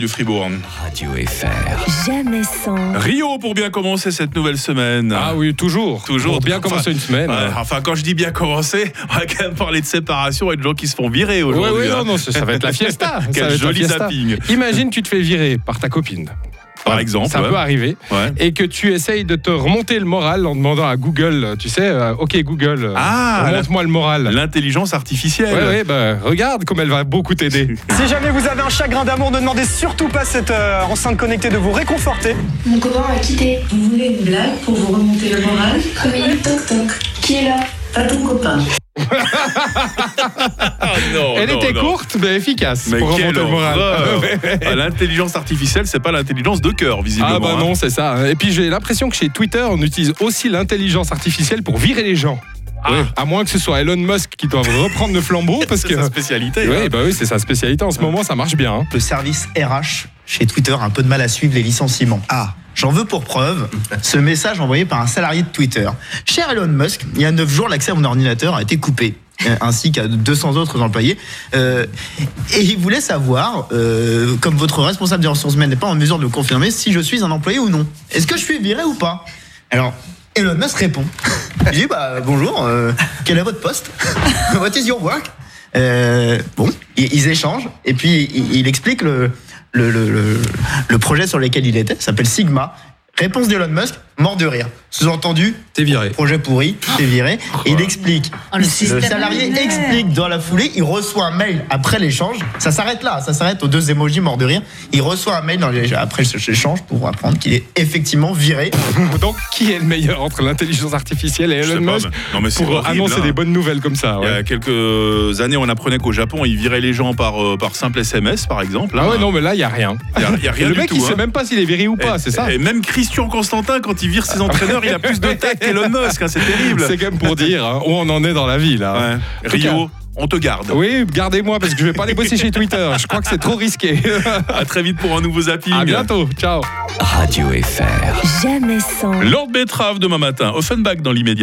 du Fribourg. Radio FR. Jamais sans. Rio pour bien commencer cette nouvelle semaine. Ah oui, toujours. Pour bien commencer une semaine. Enfin, quand je dis bien commencer, on va quand même parler de séparation et de gens qui se font virer aujourd'hui. Oui, non, ça va être la fiesta. Quel joli zapping. Imagine, tu te fais virer par ta copine. Par exemple. Ça peut arriver. Ouais. Et que tu essayes de te remonter le moral en demandant à Google, tu sais, OK Google, remonte-moi le moral. L'intelligence artificielle. Oui, regarde comme elle va beaucoup t'aider. Si jamais vous avez un chagrin d'amour, ne demandez surtout pas à cette enceinte connectée de vous réconforter. Mon copain m'a quitté. Vous voulez une blague pour vous remonter le moral? Oui, toc toc. Qui est là? Pas ton copain. Elle était courte mais efficace pour remonter le moral. L'intelligence artificielle, c'est pas l'intelligence de cœur, visiblement. Ah bah non, c'est ça. Et puis j'ai l'impression que chez Twitter, on utilise aussi l'intelligence artificielle pour virer les gens. Oui, à moins que ce soit Elon Musk qui doive reprendre le flambeau parce que c'est sa spécialité. Oui, c'est sa spécialité en ce moment, ça marche bien. Le service RH chez Twitter a un peu de mal à suivre les licenciements. J'en veux pour preuve ce message envoyé par un salarié de Twitter. Cher Elon Musk, il y a 9 jours, l'accès à mon ordinateur a été coupé, ainsi qu'à 200 autres employés. Et il voulait savoir, comme votre responsable des ressources humaines n'est pas en mesure de me confirmer, si je suis un employé ou non. Est-ce que je suis viré ou pas? Alors, Elon Musk répond. Il dit, bonjour, quel est votre poste? What is your work? Ils échangent, et puis il explique le projet sur lequel il était, ça s'appelle Sigma. Réponse d'Elon Musk, mort de rire. Sous-entendu, t'es viré. Projet pourri, t'es viré. Et il explique. Le salarié explique dans la foulée, il reçoit un mail après l'échange. Ça s'arrête là, ça s'arrête aux 2 emojis mort de rire. Il reçoit un mail après l'échange pour apprendre qu'il est effectivement viré. Donc, qui est le meilleur entre l'intelligence artificielle et Elon Musk pour horrible, annoncer des bonnes nouvelles comme ça? Il y a quelques années, on apprenait qu'au Japon, ils viraient les gens par simple SMS, par exemple. Ah ouais, non, mais là, il n'y a rien. Il y a rien le du mec, tout. Il sait même pas s'il est viré ou pas, c'est ça. Et même Christian Constantin, quand il vire ses entraîneurs, il a plus de tact qu'Elon Musk. C'est terrible. C'est quand même pour dire où on en est dans la vie, là. Ouais. Rio, on te garde. Oui, gardez-moi parce que je vais pas aller bosser chez Twitter. Je crois que c'est trop risqué. À très vite pour un nouveau zapping. À bientôt. Ciao. Radio FR. Jamais sans. Lord Betrave demain matin. Offenbach dans l'immédiat.